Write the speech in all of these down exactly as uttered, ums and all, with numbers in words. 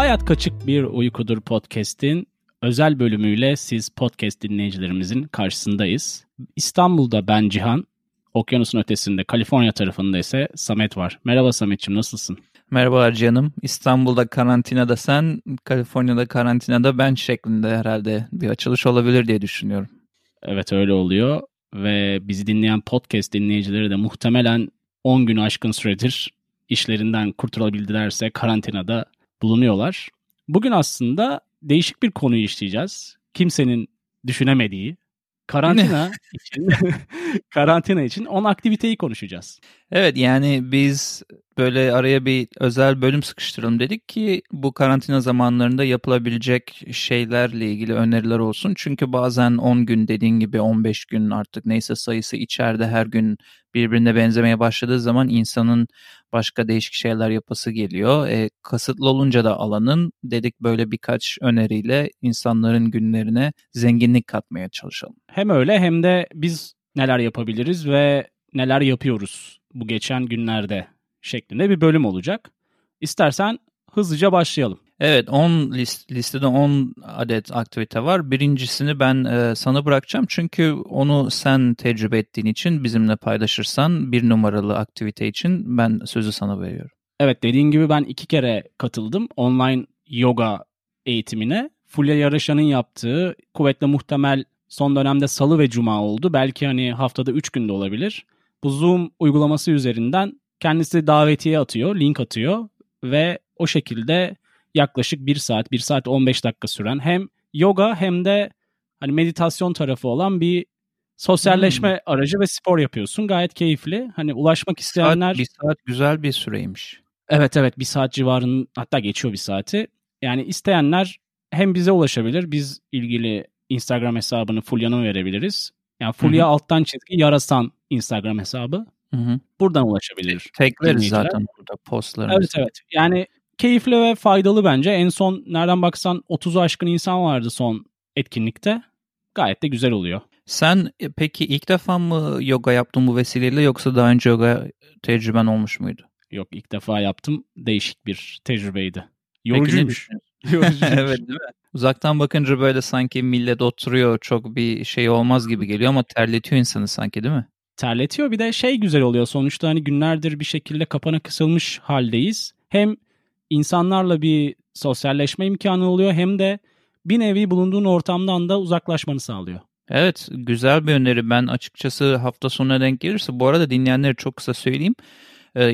Hayat Kaçık Bir Uykudur podcast'in özel bölümüyle siz podcast dinleyicilerimizin karşısındayız. İstanbul'da ben Cihan, okyanusun ötesinde Kaliforniya tarafında ise Samet var. Merhaba Samet'ciğim, nasılsın? Merhabalar canım. İstanbul'da karantinada sen, Kaliforniya'da karantinada ben şeklinde herhalde bir açılış olabilir diye düşünüyorum. Evet, öyle oluyor ve bizi dinleyen podcast dinleyicileri de muhtemelen on günü aşkın süredir işlerinden kurtulabildilerse karantinada bulunuyorlar. Bugün aslında değişik bir konuyu işleyeceğiz. Kimsenin düşünemediği karantina için karantina için on aktiviteyi konuşacağız. Evet, yani biz böyle araya bir özel bölüm sıkıştıralım dedik ki bu karantina zamanlarında yapılabilecek şeylerle ilgili öneriler olsun. Çünkü bazen on gün dediğin gibi on beş gün artık neyse sayısı içeride her gün birbirine benzemeye başladığı zaman insanın başka değişik şeyler yapası geliyor. E, kasıtlı olunca da alanın dedik böyle birkaç öneriyle insanların günlerine zenginlik katmaya çalışalım. Hem öyle hem de biz neler yapabiliriz ve neler yapıyoruz bu geçen günlerde şeklinde bir bölüm olacak. İstersen hızlıca başlayalım. Evet, on list, listede on adet aktivite var. Birincisini ben e, sana bırakacağım çünkü onu sen tecrübe ettiğin için bizimle paylaşırsan bir numaralı aktivite için ben sözü sana veriyorum. Evet, dediğin gibi ben iki kere katıldım online yoga eğitimine. Fulya Yaraşan'ın yaptığı, kuvvetle muhtemel son dönemde salı ve cuma oldu. Belki hani haftada üç günde olabilir. Bu Zoom uygulaması üzerinden kendisi davetiye atıyor, link atıyor ve o şekilde yaklaşık bir saat, bir saat on beş dakika süren hem yoga hem de hani meditasyon tarafı olan bir sosyalleşme hmm. aracı ve spor yapıyorsun. Gayet keyifli. Hani ulaşmak isteyenler... Bir saat, bir saat güzel bir süreymiş. Evet evet bir saat civarının, hatta geçiyor bir saati. Yani isteyenler hem bize ulaşabilir. Biz ilgili Instagram hesabını Fulya'nın verebiliriz. Yani Fulya Hı-hı. alttan çizgi Yarasan Instagram hesabı. Hı-hı. Buradan ulaşabilir. Tekleriz zaten burada postlarımızı. Evet evet. Yani keyifli ve faydalı bence. En son nereden baksan otuzu aşkın insan vardı son etkinlikte. Gayet de güzel oluyor. Sen peki ilk defa mı yoga yaptın bu vesileyle yoksa daha önce yoga tecrüben olmuş muydu? Yok, ilk defa yaptım. Değişik bir tecrübeydi. Yorucuymuş. Evet değil mi? Uzaktan bakınca böyle sanki millet oturuyor, çok bir şey olmaz gibi geliyor ama terletiyor insanı sanki, değil mi? Terletiyor, bir de şey güzel oluyor. Sonuçta hani günlerdir bir şekilde kapana kısılmış haldeyiz. Hem insanlarla bir sosyalleşme imkanı oluyor hem de bir nevi bulunduğun ortamdan da uzaklaşmanı sağlıyor. Evet, güzel bir öneri. Ben açıkçası hafta sonuna denk gelirse, bu arada dinleyenlere çok kısa söyleyeyim. E,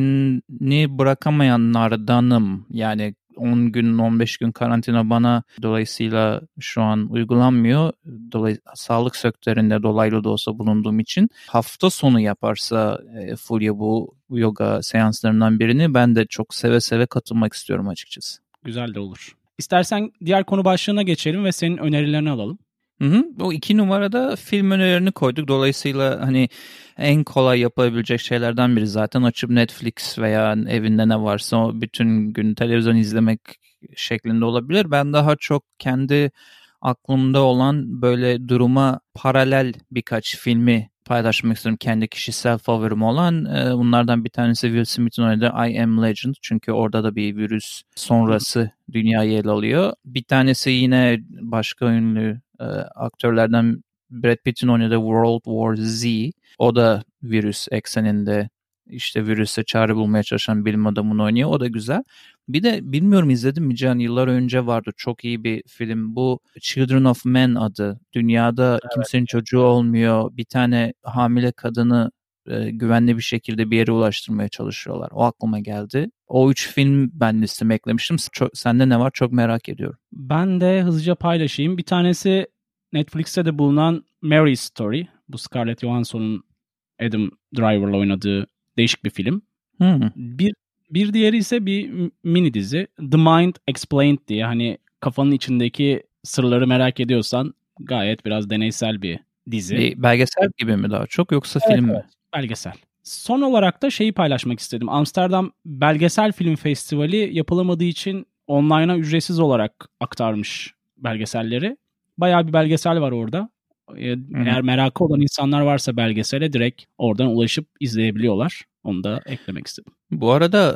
işini bırakamayanlardanım. Yani on gün on beş gün karantina bana dolayısıyla şu an uygulanmıyor. Dolayısıyla sağlık sektöründe dolaylı da olsa bulunduğum için hafta sonu yaparsa e, Fulya bu yoga seanslarından birini ben de çok seve seve katılmak istiyorum açıkçası. Güzel de olur. İstersen diğer konu başlığına geçelim ve senin önerilerini alalım. Hı hı. O iki numarada film önerilerini koyduk. Dolayısıyla hani en kolay yapılabilecek şeylerden biri zaten açıp Netflix veya evinde ne varsa o bütün gün televizyon izlemek şeklinde olabilir. Ben daha çok kendi aklımda olan böyle duruma paralel birkaç filmi paylaşmak istiyorum. Kendi kişisel favorim olan bunlardan bir tanesi Will Smith'in oynadığı I Am Legend. Çünkü orada da bir virüs sonrası dünyayı ele alıyor. Bir tanesi yine başka ünlü e, aktörlerden Brad Pitt'in oynadığı World War Z. O da virüs ekseninde işte virüse çare bulmaya çalışan bilim adamını oynuyor. O da güzel. Bir de bilmiyorum izledim mi Can, yıllar önce vardı çok iyi bir film. Bu Children of Men adı. Dünyada evet. Kimsenin çocuğu olmuyor. Bir tane hamile kadını e, güvenli bir şekilde bir yere ulaştırmaya çalışıyorlar. O aklıma geldi. O üç film ben listeme eklemiştim. Çok, sende ne var çok merak ediyorum. Ben de hızlıca paylaşayım. Bir tanesi Netflix'te de bulunan Mary's Story. Bu Scarlett Johansson'un Adam Driver'la oynadığı değişik bir film. Hmm. Bir bir diğeri ise bir mini dizi. The Mind Explained diye, hani kafanın içindeki sırları merak ediyorsan gayet biraz deneysel bir dizi. Bir belgesel gibi mi daha çok yoksa evet, film evet, mi? Belgesel. Son olarak da şeyi paylaşmak istedim. Amsterdam Belgesel Film Festivali yapılamadığı için online'a ücretsiz olarak aktarmış belgeselleri. Bayağı bir belgesel var orada. Eğer Hı-hı. merakı olan insanlar varsa belgesele direkt oradan ulaşıp izleyebiliyorlar. Onu da eklemek istedim. Bu arada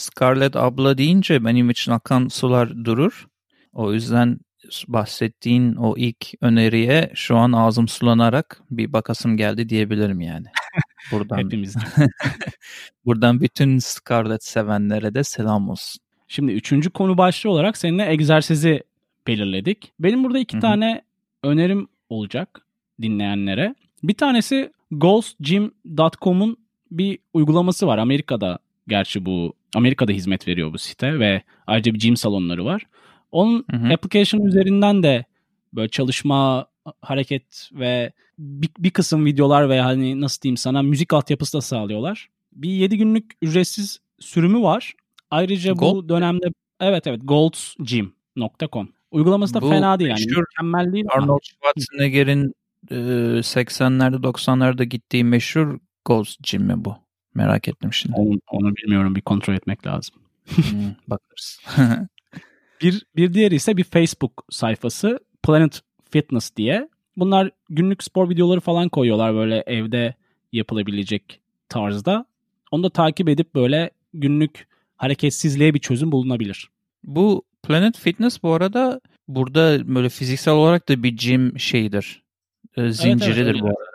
Scarlett abla deyince benim için akan sular durur. O yüzden bahsettiğin o ilk öneriye şu an ağzım sulanarak bir bakasım geldi diyebilirim yani. Buradan Hepimiz. Buradan bütün Scarlett sevenlere de selam olsun. Şimdi üçüncü konu başlığı olarak seninle egzersizi belirledik. Benim burada iki Hı-hı. tane önerim olacak dinleyenlere. Bir tanesi goals gym dot com'un bir uygulaması var. Amerika'da gerçi bu Amerika'da hizmet veriyor bu site ve ayrıca bir gym salonları var. Onun Hı-hı. application üzerinden de böyle çalışma, hareket ve bir, bir kısım videolar veya hani nasıl diyeyim sana müzik altyapısı da sağlıyorlar. Bir yedi günlük ücretsiz sürümü var. Ayrıca Gold. bu dönemde evet evet golds gym dot com uygulaması da bu fena değil yani. Mükemmel değil. Arnold Schwarzenegger'in e, seksenlerde doksanlarda gittiği meşhur Gold's Gym mi bu? Merak ettim şimdi. Onu, onu bilmiyorum, bir kontrol etmek lazım. hmm, bakarız. bir, bir diğeri ise bir Facebook sayfası Planet Fitness diye. Bunlar günlük spor videoları falan koyuyorlar böyle evde yapılabilecek tarzda. Onu da takip edip böyle günlük hareketsizliğe bir çözüm bulunabilir. Bu Planet Fitness bu arada burada böyle fiziksel olarak da bir gym şeyidir. Zinciridir evet, evet, bu arada.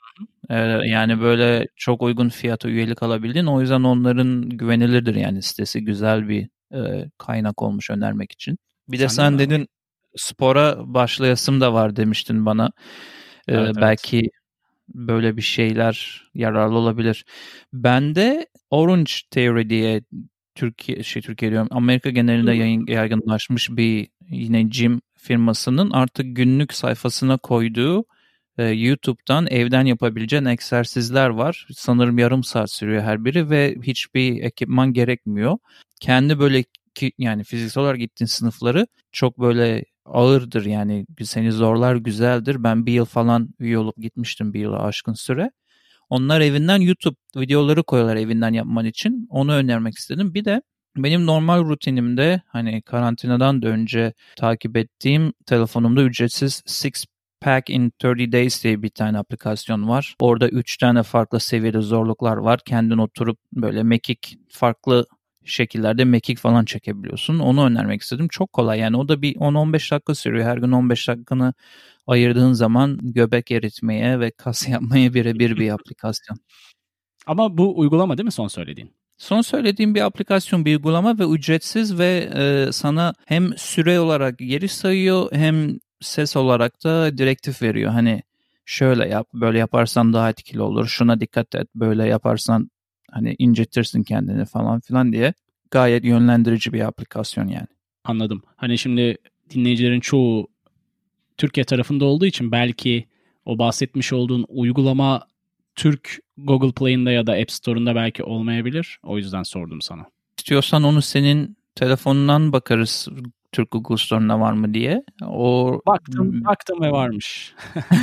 Ee, yani böyle çok uygun fiyata üyelik alabildiğin. O yüzden onların güvenilirdir yani sitesi. Güzel bir e, kaynak olmuş önermek için. Bir sen de sen dedin var. Spora başlayasım da var demiştin bana. Ee, evet, belki evet. böyle bir şeyler yararlı olabilir. Ben de Orange Theory diye Türkiye şey Türkiye diyorum Amerika genelinde yayın, yaygınlaşmış bir yine gym firmasının artık günlük sayfasına koyduğu e, YouTube'dan evden yapabileceğin egzersizler var. Sanırım yarım saat sürüyor her biri ve hiçbir ekipman gerekmiyor. Kendi böyle ki, yani fiziksel olarak gittiğin sınıfları çok böyle ağırdır yani seni zorlar, güzeldir. Ben bir yıl falan üye olup gitmiştim, bir yıla aşkın süre. Onlar evinden YouTube videoları koyuyorlar evinden yapman için. Onu önermek istedim. Bir de benim normal rutinimde hani karantinadan da önce takip ettiğim telefonumda ücretsiz Six Pack in thirty Days diye bir tane aplikasyon var. Orada üç tane farklı seviyede zorluklar var. Kendin oturup böyle mekik farklı şekillerde mekik falan çekebiliyorsun. Onu önermek istedim. Çok kolay yani o da bir on on beş dakika sürüyor. Her gün on beş dakikanı ayırdığın zaman göbek eritmeye ve kas yapmaya birebir bir aplikasyon. Ama bu uygulama değil mi son söylediğin? Son söylediğim bir aplikasyon, bir uygulama ve ücretsiz ve e, sana hem süre olarak geri sayıyor hem ses olarak da direktif veriyor. Hani şöyle yap, böyle yaparsan daha etkili olur. Şuna dikkat et, böyle yaparsan hani incitirsin kendini falan filan diye. Gayet yönlendirici bir aplikasyon yani. Anladım. Hani şimdi dinleyicilerin çoğu Türkiye tarafında olduğu için belki o bahsetmiş olduğun uygulama Türk Google Play'inde ya da App Store'unda belki olmayabilir. O yüzden sordum sana. İstiyorsan onu senin telefonundan bakarız Türk Google Store'unda var mı diye. O baktım, baktım ve varmış.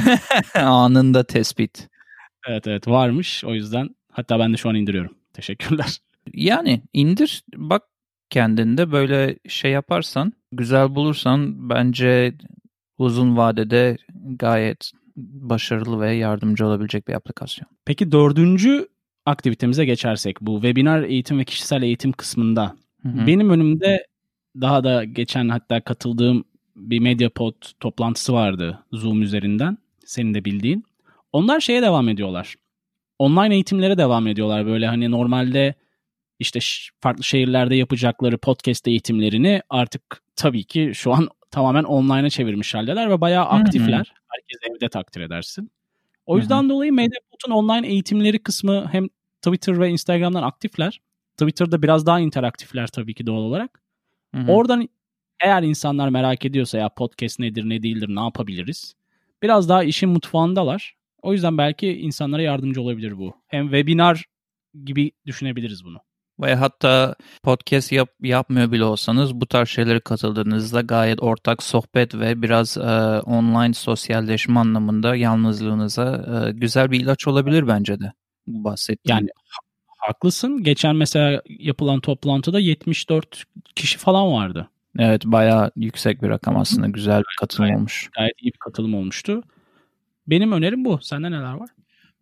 Anında tespit. Evet evet varmış. O yüzden hatta ben de şu an indiriyorum. Teşekkürler. Yani indir bak kendinde böyle şey yaparsan, güzel bulursan bence uzun vadede gayet başarılı ve yardımcı olabilecek bir aplikasyon. Peki dördüncü aktivitemize geçersek bu webinar eğitim ve kişisel eğitim kısmında hı hı. benim önümde daha da geçen hatta katıldığım bir Mediapod toplantısı vardı Zoom üzerinden senin de bildiğin. Onlar şeye devam ediyorlar. Online eğitimlere devam ediyorlar böyle hani normalde işte farklı şehirlerde yapacakları podcast eğitimlerini artık tabii ki şu an tamamen online'a çevirmiş haldeler ve bayağı aktifler. Hı-hı. Herkes evde takdir edersin. O yüzden Hı-hı. dolayı Mediapod'un online eğitimleri kısmı hem Twitter ve Instagram'dan aktifler. Twitter'da biraz daha interaktifler tabii ki doğal olarak. Hı-hı. Oradan eğer insanlar merak ediyorsa ya podcast nedir ne değildir ne yapabiliriz? Biraz daha işin mutfağındalar. O yüzden belki insanlara yardımcı olabilir bu. Hem webinar gibi düşünebiliriz bunu. Ve hatta podcast yap, yapmıyor bile olsanız bu tarz şeylere katıldığınızda gayet ortak sohbet ve biraz e, online sosyalleşme anlamında yalnızlığınıza e, güzel bir ilaç olabilir bence de bu bahsettiğim. Yani haklısın. Geçen mesela yapılan toplantıda yetmiş dört kişi falan vardı. Evet bayağı yüksek bir rakam aslında. Güzel bir katılım gayet, olmuş. Gayet iyi bir katılım olmuştu. Benim önerim bu. Sende neler var?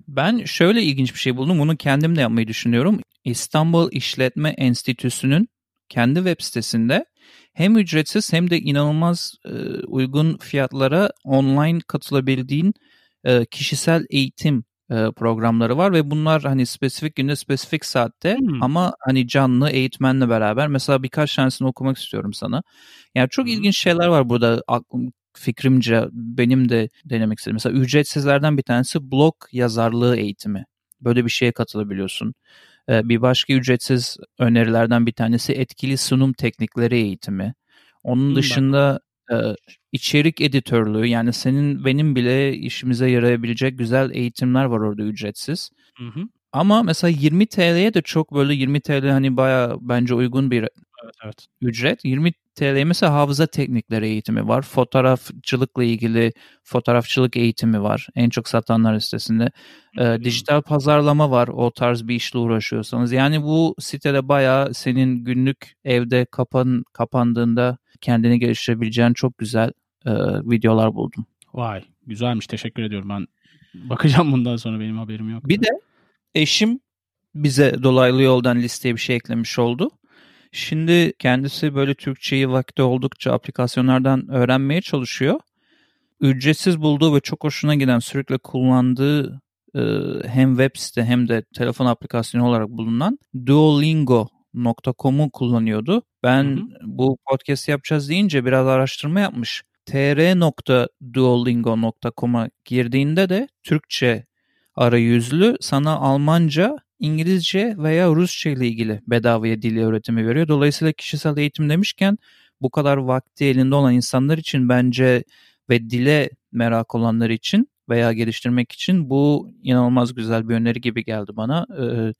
Ben şöyle ilginç bir şey buldum. Bunu kendim de yapmayı düşünüyorum. İstanbul İşletme Enstitüsü'nün kendi web sitesinde hem ücretsiz hem de inanılmaz e, uygun fiyatlara online katılabildiğin e, kişisel eğitim e, programları var ve bunlar hani spesifik günde spesifik saatte hmm. ama hani canlı eğitmenle beraber. Mesela birkaç tanesini okumak istiyorum sana. Yani çok hmm. ilginç şeyler var burada. Aklım, fikrimce benim de denemek istedim. Mesela ücretsizlerden bir tanesi blog yazarlığı eğitimi. Böyle bir şeye katılabiliyorsun. Bir başka ücretsiz önerilerden bir tanesi etkili sunum teknikleri eğitimi. Onun dışında e, içerik editörlüğü, yani senin benim bile işimize yarayabilecek güzel eğitimler var orada ücretsiz. Hı hı. Ama mesela yirmi T L'ye de çok böyle yirmi T L hani bayağı bence uygun bir evet, evet. ücret. yirmi T L'ye mesela hafıza teknikleri eğitimi var. Fotoğrafçılıkla ilgili fotoğrafçılık eğitimi var. En çok satanlar listesinde. Ee, dijital pazarlama var. O tarz bir işle uğraşıyorsanız. Yani bu sitede bayağı senin günlük evde kapan, kapandığında kendini geliştirebileceğin çok güzel e, videolar buldum. Vay, güzelmiş. Teşekkür ediyorum. Ben bakacağım bundan sonra, benim haberim yok. Bir de eşim bize dolaylı yoldan listeye bir şey eklemiş oldu. Şimdi kendisi böyle Türkçeyi vakti oldukça aplikasyonlardan öğrenmeye çalışıyor. Ücretsiz bulduğu ve çok hoşuna giden, sürekli kullandığı e, hem web site hem de telefon aplikasyonu olarak bulunan duolingo nokta com'u kullanıyordu. Ben hı hı. bu podcast yapacağız deyince biraz araştırma yapmış. tr nokta duolingo nokta com'a girdiğinde de Türkçe arayüzlü sana Almanca, İngilizce veya Rusça ile ilgili bedavaya dil öğretimi veriyor. Dolayısıyla kişisel eğitim demişken bu kadar vakti elinde olan insanlar için bence ve dile merak olanlar için veya geliştirmek için bu inanılmaz güzel bir öneri gibi geldi bana. Ee,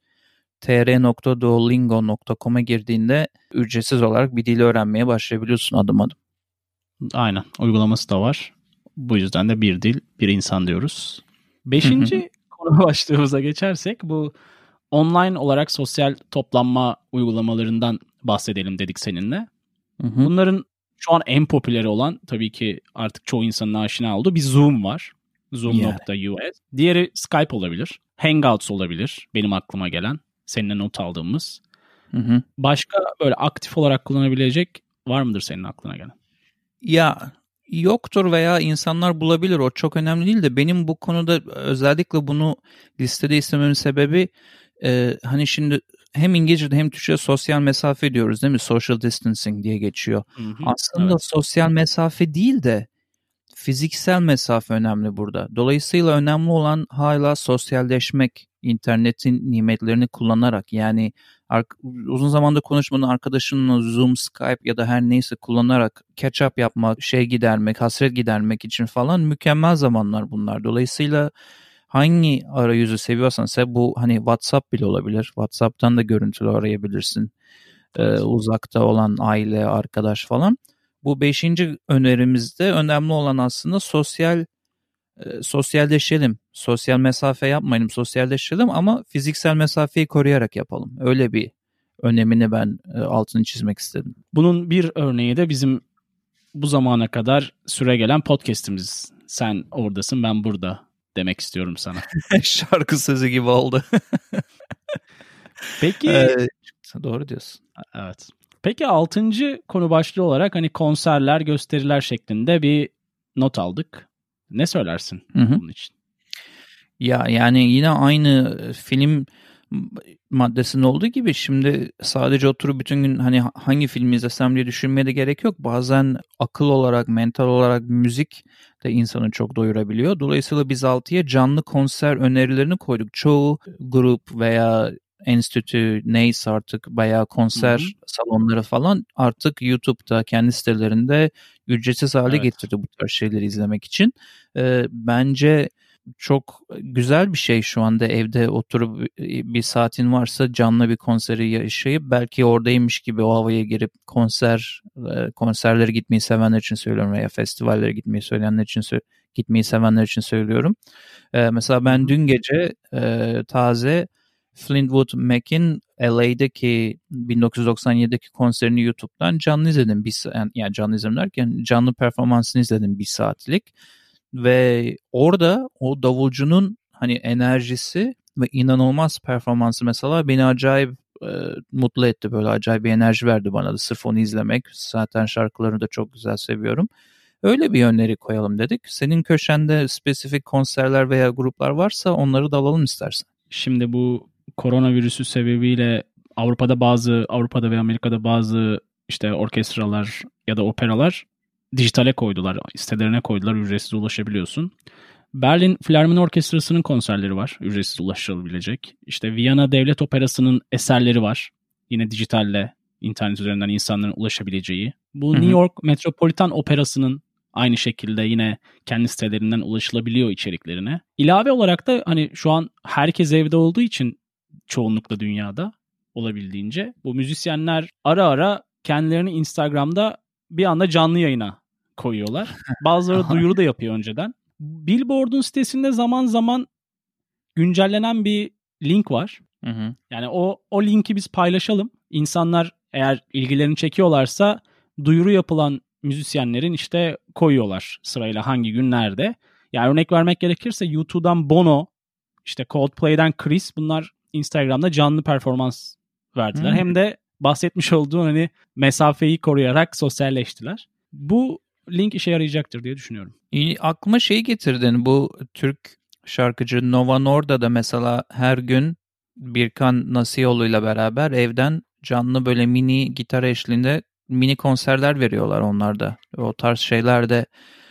tr nokta duolingo nokta com'a girdiğinde ücretsiz olarak bir dili öğrenmeye başlayabiliyorsun adım adım. Aynen. Uygulaması da var. Bu yüzden de bir dil, bir insan diyoruz. Beşinci konu başlığımıza geçersek bu online olarak sosyal toplanma uygulamalarından bahsedelim dedik seninle. Hı hı. Bunların şu an en popüleri olan, tabii ki artık çoğu insanın aşina olduğu bir Zoom var. Zoom nokta U S. Diğeri Skype olabilir. Hangouts olabilir. Benim aklıma gelen. Seninle not aldığımız. Hı hı. Başka böyle aktif olarak kullanabilecek var mıdır senin aklına gelen? Ya yoktur veya insanlar bulabilir. O çok önemli değil de benim bu konuda özellikle bunu listede istememin sebebi e, hani şimdi hem İngilizce'de hem Türkçe'de sosyal mesafe diyoruz değil mi? Social distancing diye geçiyor. Hı hı, aslında evet. Sosyal mesafe değil de fiziksel mesafe önemli burada. Dolayısıyla önemli olan hala sosyalleşmek, internetin nimetlerini kullanarak, yani uzun zamandır konuşmadığın arkadaşınla Zoom, Skype ya da her neyse kullanarak catch up yapmak, şey gidermek, hasret gidermek için falan mükemmel zamanlar bunlar. Dolayısıyla hangi arayüzü seviyorsan sev, bu hani WhatsApp bile olabilir. WhatsApp'tan da görüntülü arayabilirsin. Ee, uzakta olan aile, arkadaş falan. Bu beşinci önerimizde önemli olan aslında sosyal e, sosyalleşelim. Sosyal mesafe yapmayalım, sosyalleşelim ama fiziksel mesafeyi koruyarak yapalım. Öyle bir önemini ben e, altını çizmek istedim. Bunun bir örneği de bizim bu zamana kadar süregelen podcast'imiz. Sen oradasın, ben burada demek istiyorum sana. Şarkı sözü gibi oldu. Peki. Ee, doğru diyorsun. Evet. Peki altıncı konu başlığı olarak hani konserler, gösteriler şeklinde bir not aldık. Ne söylersin hı hı. bunun için? Ya yani yine aynı film maddesinde olduğu gibi şimdi sadece oturup bütün gün hani hangi filmi izlesem diye düşünmeye de gerek yok. Bazen akıl olarak, mental olarak müzik de insanı çok doyurabiliyor. Dolayısıyla biz altıya canlı konser önerilerini koyduk. Çoğu grup veya enstitü neyse artık bayağı konser hı hı. salonları falan artık YouTube'da kendi sitelerinde ücretsiz hale evet. getirdi bu tarz şeyleri izlemek için. Ee, bence çok güzel bir şey şu anda evde oturup bir saatin varsa canlı bir konseri yaşayıp belki oradaymış gibi o havaya girip konser konserlere gitmeyi sevenler için söylüyorum veya festivallere gitmeyi söyleyenler için gitmeyi sevenler için söylüyorum. Ee, mesela ben dün gece e, taze Fleetwood Mac'in L A'deki bin dokuz yüz doksan yedideki konserini YouTube'dan canlı izledim. Bir, yani canlı izledim derken canlı performansını izledim bir saatlik. Ve orada o davulcunun hani enerjisi ve inanılmaz performansı mesela beni acayip e, mutlu etti. Böyle acayip bir enerji verdi bana da sırf onu izlemek. Zaten şarkılarını da çok güzel seviyorum. Öyle bir öneri koyalım dedik. Senin köşende spesifik konserler veya gruplar varsa onları da alalım istersen. Şimdi bu koronavirüsü sebebiyle Avrupa'da bazı, Avrupa'da ve Amerika'da bazı işte orkestralar ya da operalar dijitale koydular, sitelerine koydular, ücretsiz ulaşabiliyorsun. Berlin Filarmoni Orkestrası'nın konserleri var, ücretsiz ulaşılabilecek. İşte Viyana Devlet Operası'nın eserleri var, yine dijitalle internet üzerinden insanların ulaşabileceği. Bu New York Metropolitan Operası'nın aynı şekilde yine kendi sitelerinden ulaşılabiliyor içeriklerine. İlave olarak da hani şu an herkes evde olduğu için çoğunlukla dünyada olabildiğince bu müzisyenler ara ara kendilerini Instagram'da bir anda canlı yayına koyuyorlar. Bazıları duyuru da yapıyor önceden. Billboard'un sitesinde zaman zaman güncellenen bir link var. Hı hı. Yani o o linki biz paylaşalım. İnsanlar eğer ilgilerini çekiyorlarsa duyuru yapılan müzisyenlerin işte koyuyorlar sırayla hangi gün nerede. Yani örnek vermek gerekirse U two'dan Bono, işte Coldplay'den Chris, bunlar Instagram'da canlı performans verdiler. Hmm. Hem de bahsetmiş olduğun hani mesafeyi koruyarak sosyalleştiler. Bu link işe yarayacaktır diye düşünüyorum. İyi, aklıma şey getirdin. Bu Türk şarkıcı Nova Norda da mesela her gün Birkan Nasioğlu ile beraber evden canlı böyle mini gitar eşliğinde mini konserler veriyorlar onlar da. O tarz şeyler de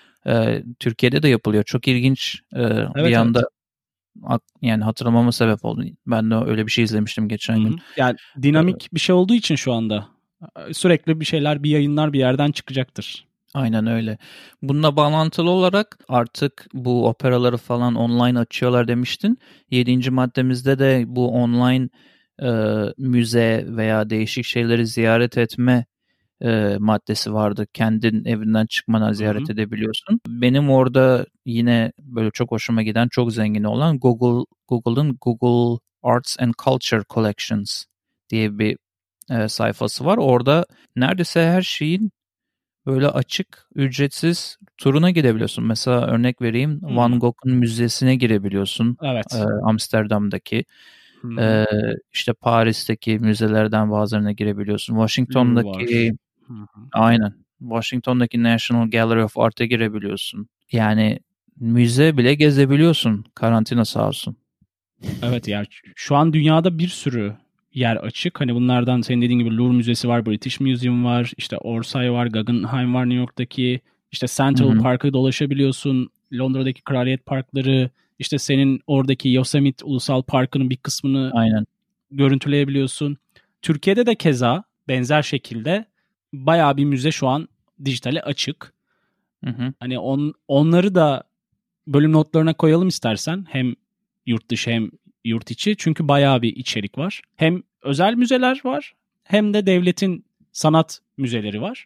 e, Türkiye'de de yapılıyor. Çok ilginç e, evet, bir anda evet. Yani hatırlamama sebep oldu. Ben de öyle bir şey izlemiştim geçen Hı-hı. gün. Yani dinamik ee, bir şey olduğu için şu anda sürekli bir şeyler, bir yayınlar bir yerden çıkacaktır. Aynen öyle. Bununla bağlantılı olarak artık bu operaları falan online açıyorlar demiştin. Yedinci maddemizde de bu online e, müze veya değişik şeyleri ziyaret etme e, maddesi vardı. Kendin evinden çıkmadan ziyaret Hı-hı. edebiliyorsun. Benim orada yine böyle çok hoşuma giden, çok zengin olan Google Google'ın Google Arts and Culture Collections diye bir e, sayfası var. Orada neredeyse her şeyin böyle açık, ücretsiz turuna gidebiliyorsun. Mesela örnek vereyim, hmm. Van Gogh'un müzesine girebiliyorsun. Evet. E, Amsterdam'daki. Hmm. E, işte Paris'teki müzelerden bazılarına girebiliyorsun. Washington'daki hmm. aynen. Washington'daki National Gallery of Art'a girebiliyorsun. Yani müze bile gezebiliyorsun. Karantina sağ olsun. Evet ya, şu an dünyada bir sürü yer açık. Hani bunlardan senin dediğin gibi Louvre Müzesi var, British Museum var, işte Orsay var, Guggenheim var New York'taki, işte Central Hı-hı. Park'a dolaşabiliyorsun, Londra'daki Kraliyet Parkları, işte senin oradaki Yosemite Ulusal Parkı'nın bir kısmını Aynen. görüntüleyebiliyorsun. Türkiye'de de keza benzer şekilde bayağı bir müze şu an dijitale açık. Hı-hı. Hani on, onları da bölüm notlarına koyalım istersen, hem yurt dışı hem yurt içi, çünkü bayağı bir içerik var. Hem özel müzeler var hem de devletin sanat müzeleri var.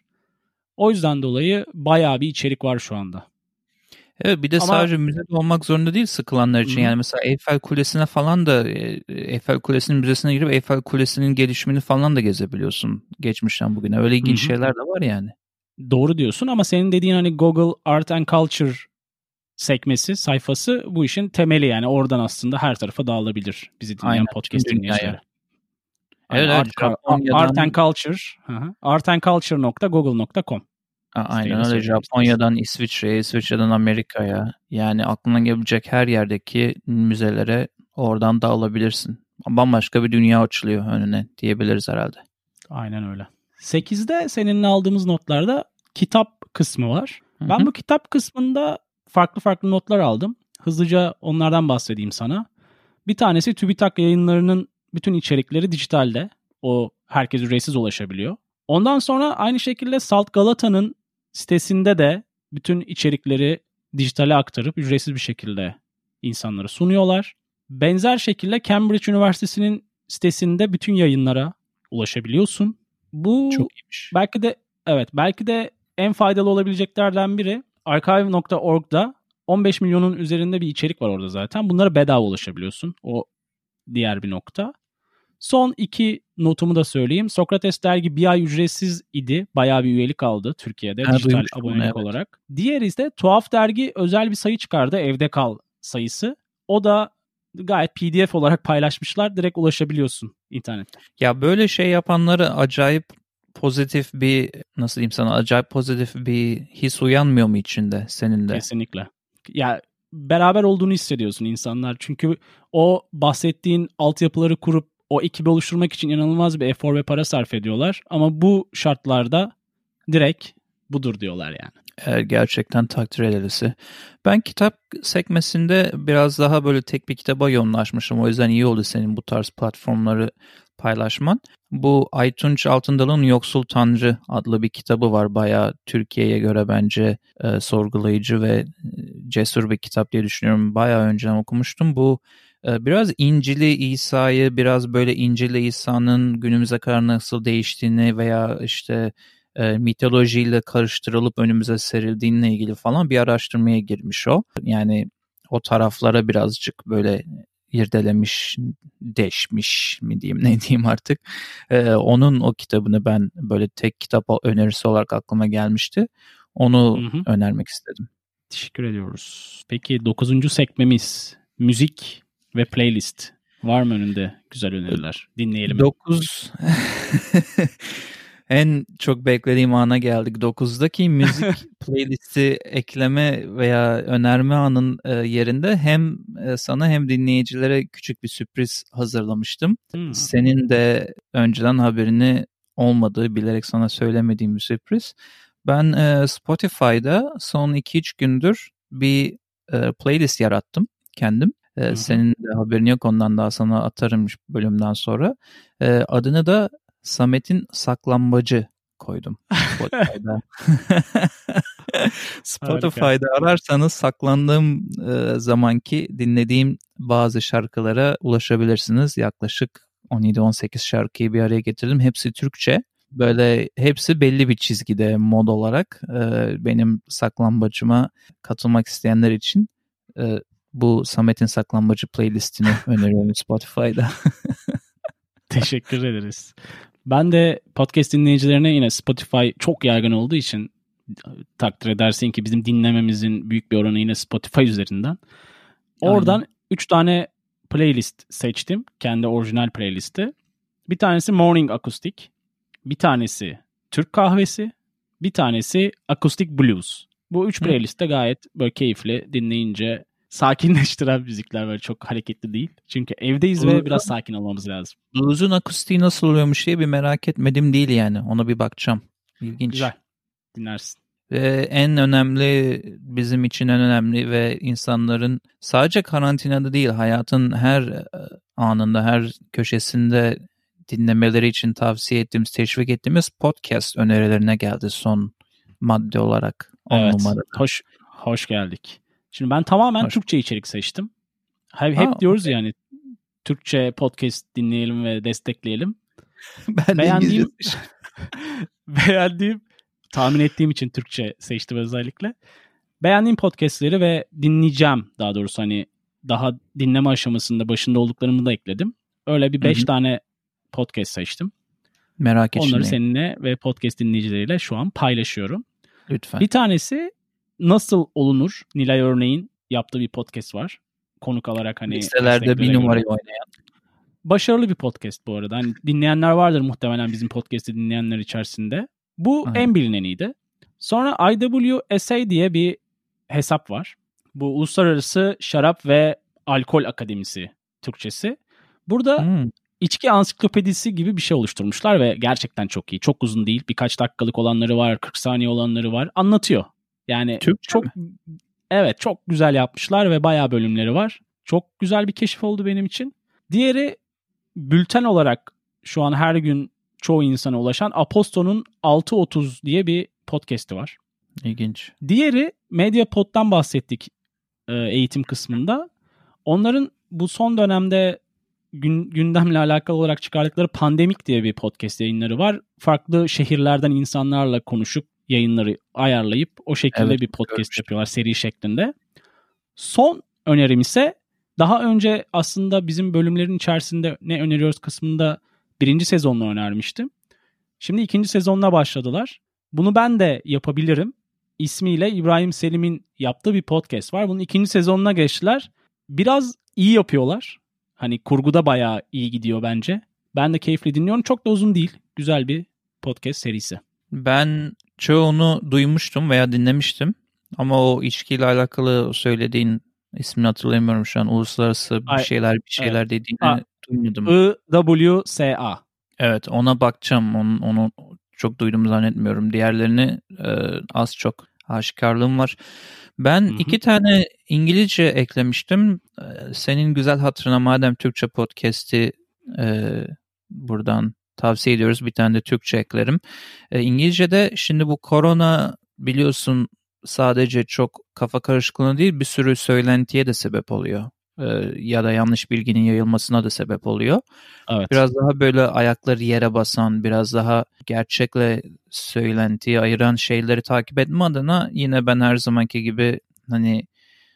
O yüzden dolayı bayağı bir içerik var şu anda. Evet, bir de Ama, sadece müzede olmak zorunda değil sıkılanlar için. Hı. Yani mesela Eyfel Kulesi'ne falan da Eyfel Kulesi'nin müzesine girip Eyfel Kulesi'nin gelişimini falan da gezebiliyorsun geçmişten bugüne. Öyle ilginç Hı-hı. şeyler de var yani. Doğru diyorsun ama senin dediğin hani Google Art and Culture sekmesi, sayfası bu işin temeli, yani oradan aslında her tarafa dağılabilir bizi dinleyen Aynen, podcast dinleyicileri. Evet, art, Japonya'dan... art and Culture, art and culture nokta google nokta com. Aynen öyle. Japonya'dan İsviçre'ye, İsviçre'den Amerika'ya, yani aklına gelebilecek her yerdeki müzelere oradan dağılabilirsin. Bambaşka bir dünya açılıyor önüne diyebiliriz herhalde. Aynen öyle. sekizde seninle aldığımız notlarda kitap kısmı var. Hı-hı. Ben bu kitap kısmında farklı farklı notlar aldım. Hızlıca onlardan bahsedeyim sana. Bir tanesi TÜBİTAK yayınlarının bütün içerikleri dijitalde. O herkes ücretsiz ulaşabiliyor. Ondan sonra aynı şekilde Salt Galata'nın sitesinde de bütün içerikleri dijitale aktarıp ücretsiz bir şekilde insanlara sunuyorlar. Benzer şekilde Cambridge Üniversitesi'nin sitesinde bütün yayınlara ulaşabiliyorsun. Bu çok iyiymiş. Belki de evet, belki de en faydalı olabileceklerden biri. archive nokta org'da on beş milyonun üzerinde bir içerik var orada zaten. Bunlara bedava ulaşabiliyorsun. O diğer bir nokta. Son iki notumu da söyleyeyim. Sokrates dergi bir ay ücretsiz idi. Bayağı bir üyelik aldı Türkiye'de, ha, dijital abonelik evet. olarak. Diğeri ise Tuhaf dergi özel bir sayı çıkardı. Evde kal sayısı. O da gayet P D F olarak paylaşmışlar. Direkt ulaşabiliyorsun internette. Ya böyle şey yapanları acayip pozitif bir, nasıl diyeyim sana, acayip pozitif bir his uyanmıyor mu içinde senin de? Kesinlikle. Ya beraber olduğunu hissediyorsun insanlar. Çünkü o bahsettiğin altyapıları kurup o ekibi oluşturmak için inanılmaz bir efor ve para sarf ediyorlar. Ama bu şartlarda direkt budur diyorlar yani. Evet, gerçekten takdir edilisi. Ben kitap sekmesinde biraz daha böyle tek bir kitaba yoğunlaşmışım. O yüzden iyi oldu senin bu tarz platformları paylaşman. Bu Aytunç Altındal'ın Yoksul Tanrı adlı bir kitabı var. Bayağı Türkiye'ye göre bence e, sorgulayıcı ve cesur bir kitap diye düşünüyorum. Bayağı önceden okumuştum. Bu e, biraz İncil'i, İsa'yı, biraz böyle İncil'le İsa'nın günümüze kadar nasıl değiştiğini veya işte e, mitolojiyle karıştırılıp önümüze serildiğine ilgili falan bir araştırmaya girmiş o. Yani o taraflara birazcık böyle irdelemiş, deşmiş mi diyeyim, ne diyeyim artık. Ee, onun o kitabını ben böyle tek kitap önerisi olarak aklıma gelmişti. Onu hı hı. önermek istedim. Teşekkür ediyoruz. Peki dokuzuncu sekmemiz müzik ve playlist. Var mı önünde güzel öneriler? Dinleyelim. dokuz En çok beklediğim ana geldik. dokuzdaki müzik playlisti ekleme veya önerme anın yerinde hem sana hem dinleyicilere küçük bir sürpriz hazırlamıştım. Hmm. Senin de önceden haberini olmadığı, bilerek sana söylemediğim bir sürpriz. Ben Spotify'da son iki üç gündür bir playlist yarattım kendim. Hı-hı. Senin de haberin yok, ondan daha sana atarım bölümden sonra. Adını da Samet'in Saklambacı koydum Spotify'da. Spotify'da ararsanız saklandığım e, zamanki dinlediğim bazı şarkılara ulaşabilirsiniz. Yaklaşık on yedi on sekiz şarkıyı bir araya getirdim. Hepsi Türkçe. Böyle hepsi belli bir çizgide mod olarak. E, benim saklambacıma katılmak isteyenler için e, bu Samet'in Saklambacı playlistini öneriyorum Spotify'da. Teşekkür ederiz. Ben de podcast dinleyicilerine yine Spotify çok yaygın olduğu için takdir edersin ki bizim dinlememizin büyük bir oranı yine Spotify üzerinden. Oradan üç tane playlist seçtim. Kendi orijinal playlisti. Bir tanesi Morning Acoustic. Bir tanesi Türk Kahvesi. Bir tanesi Acoustic Blues. Bu üç playlist de gayet böyle keyifli, dinleyince sakinleştiren müzikler, böyle çok hareketli değil. Çünkü evdeyiz Blues'un, ve biraz sakin olmamız lazım. Blues'un akustiği nasıl oluyormuş diye bir merak etmedim değil yani. Ona bir bakacağım. İlginç. Güzel. Dinlersin. Ve en önemli, bizim için en önemli ve insanların sadece karantinada değil, hayatın her anında, her köşesinde dinlemeleri için tavsiye ettiğimiz, teşvik ettiğimiz podcast önerilerine geldi son madde olarak. Evet. Numarada. Hoş, hoş geldik. Şimdi ben tamamen Hoş. Türkçe içerik seçtim. Hep, hep Aa, diyoruz okay. yani Türkçe podcast dinleyelim ve destekleyelim. Ben beğendiğim, beğendiğim, tahmin ettiğim için Türkçe seçtim özellikle. Beğendiğim podcastleri ve dinleyeceğim, daha doğrusu hani daha dinleme aşamasında başında olduklarımı da ekledim. Öyle bir beş tane podcast seçtim. Merak etmeyin. Onları seninle ve podcast dinleyicileriyle şu an paylaşıyorum. Lütfen. Bir tanesi Nasıl Olunur? Nilay Örneğin yaptığı bir podcast var. Konuk alarak hani listelerde bir numarayı oynayan. Başarılı bir podcast bu arada. Hani dinleyenler vardır muhtemelen bizim podcast'i dinleyenler içerisinde. Bu Aynen. en bilineniydi. Sonra I W S A diye bir hesap var. Bu Uluslararası Şarap ve Alkol Akademisi Türkçesi. Burada hmm. içki ansiklopedisi gibi bir şey oluşturmuşlar ve gerçekten çok iyi. Çok uzun değil. Birkaç dakikalık olanları var, kırk saniye olanları var. Anlatıyor. Yani Türkçe çok mi? Evet, çok güzel yapmışlar ve bayağı bölümleri var. Çok güzel bir keşif oldu benim için. Diğeri bülten olarak şu an her gün çoğu insana ulaşan Aposto'nun altı otuz diye bir podcast'i var. İlginç. Diğeri Mediapod'dan bahsettik eğitim kısmında. Onların bu son dönemde gün, gündemle alakalı olarak çıkardıkları Pandemik diye bir podcast yayınları var. Farklı şehirlerden insanlarla konuşup yayınları ayarlayıp o şekilde evet, bir podcast görmüştüm. yapıyorlar seri şeklinde. Son önerim ise daha önce aslında bizim bölümlerin içerisinde ne öneriyoruz kısmında birinci sezonla önermiştim. Şimdi ikinci sezonuna başladılar. Bunu ben de yapabilirim. İsmiyle İbrahim Selim'in yaptığı bir podcast var. Bunun ikinci sezonuna geçtiler. biraz iyi yapıyorlar. Hani kurguda bayağı iyi gidiyor bence. Ben de keyifli dinliyorum. Çok da uzun değil. Güzel bir podcast serisi. Ben çoğunu duymuştum veya dinlemiştim. Ama o içkiyle alakalı söylediğin ismini hatırlayamıyorum şu an. Uluslararası bir Ay, şeyler bir şeyler evet. dediğini A, duymadım. I W S A. Evet, ona bakacağım. Onu, onu çok duydum zannetmiyorum. Diğerlerini e, az çok aşikarlığım var. Ben Hı hı. iki tane İngilizce eklemiştim. E, senin güzel hatırına madem Türkçe podcast'i e, buradan tavsiye ediyoruz. Bir tane de Türkçe eklerim. E, İngilizce'de şimdi bu korona biliyorsun sadece çok kafa karışıklığına değil bir sürü söylentiye de sebep oluyor. E, ya da yanlış bilginin yayılmasına da sebep oluyor. Evet. Biraz daha böyle ayakları yere basan, biraz daha gerçekle söylentiyi ayıran şeyleri takip etme adına yine ben her zamanki gibi hani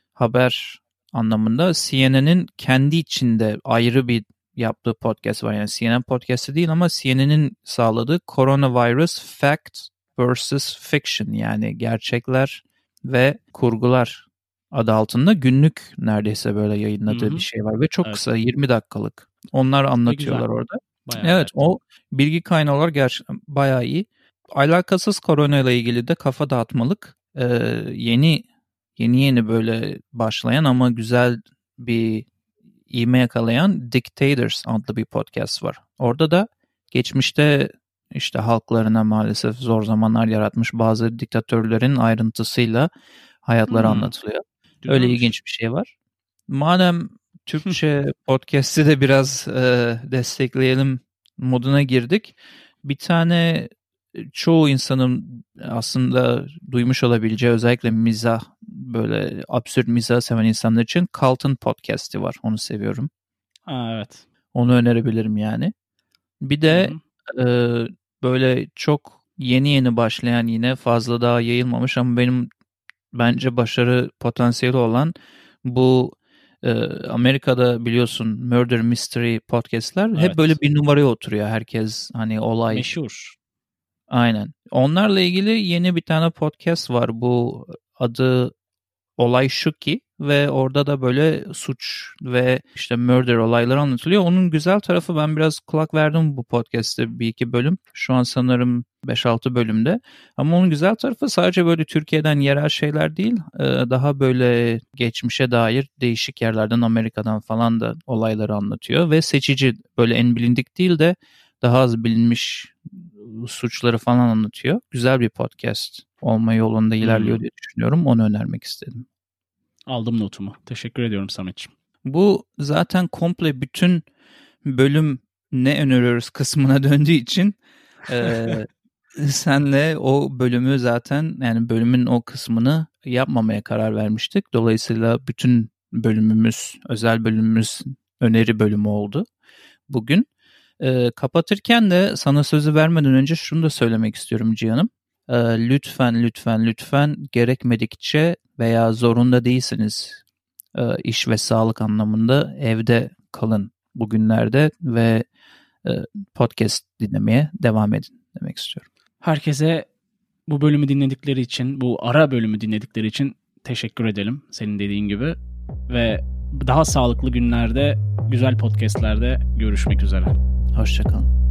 haber anlamında C N N'in kendi içinde ayrı bir yaptığı podcast var. Yani C N N podcast'ı değil ama C N N'in sağladığı Coronavirus Fact versus Fiction, yani gerçekler ve kurgular adı altında günlük neredeyse böyle yayınladığı Hı hı. bir şey var ve çok Evet. kısa yirmi dakikalık. Onlar anlatıyorlar orada. Bayağı Evet, evet. o bilgi kaynağı olarak gerçekten bayağı iyi. Alakasız korona ile ilgili de kafa dağıtmalık e, yeni yeni yeni böyle başlayan ama güzel bir ivme yakalayan Dictators adlı bir podcast var. Orada da geçmişte işte halklarına maalesef zor zamanlar yaratmış bazı diktatörlerin ayrıntısıyla hayatları Hmm. anlatılıyor. Güzelmiş. Öyle ilginç bir şey var. Madem Türkçe podcast'i de biraz e, destekleyelim moduna girdik. Bir tane çoğu insanın aslında duymuş olabileceği, özellikle mizah, böyle absürt mizah seven insanlar için Carlton Podcast'i var. Onu seviyorum. Ha, evet. Onu önerebilirim yani. Bir de e, böyle çok yeni yeni başlayan, yine fazla daha yayılmamış ama benim bence başarı potansiyeli olan bu e, Amerika'da biliyorsun Murder Mystery podcast'ler Evet. hep böyle bir numaraya oturuyor. Herkes hani olay. Meşhur. Aynen. Onlarla ilgili yeni bir tane podcast var. Bu adı Olay Şu Ki ve orada da böyle suç ve işte murder olayları anlatılıyor. Onun güzel tarafı, ben biraz kulak verdim bu podcast'te bir iki bölüm. Şu an sanırım beş altı bölümde. Ama onun güzel tarafı sadece böyle Türkiye'den yerel şeyler değil. Daha böyle geçmişe dair değişik yerlerden, Amerika'dan falan da olayları anlatıyor. Ve seçici, böyle en bilindik değil de daha az bilinmiş suçları falan anlatıyor. Güzel bir podcast olma yolunda ilerliyor Hmm. diye düşünüyorum. Onu önermek istedim. Aldım notumu. Teşekkür ediyorum Samet'ciğim. Bu zaten komple bütün bölüm ne öneriyoruz kısmına döndüğü için e, senle o bölümü zaten, yani bölümün o kısmını yapmamaya karar vermiştik. Dolayısıyla bütün bölümümüz, özel bölümümüz öneri bölümü oldu bugün. E, kapatırken de sana sözü vermeden önce şunu da söylemek istiyorum Cihan'ım. E, lütfen lütfen lütfen gerekmedikçe veya zorunda değilsiniz e, iş ve sağlık anlamında evde kalın bugünlerde ve e, podcast dinlemeye devam edin demek istiyorum. Herkese bu bölümü dinledikleri için, bu ara bölümü dinledikleri için teşekkür edelim senin dediğin gibi. Ve daha sağlıklı günlerde, güzel podcastlerde görüşmek üzere. Hoşça kalın.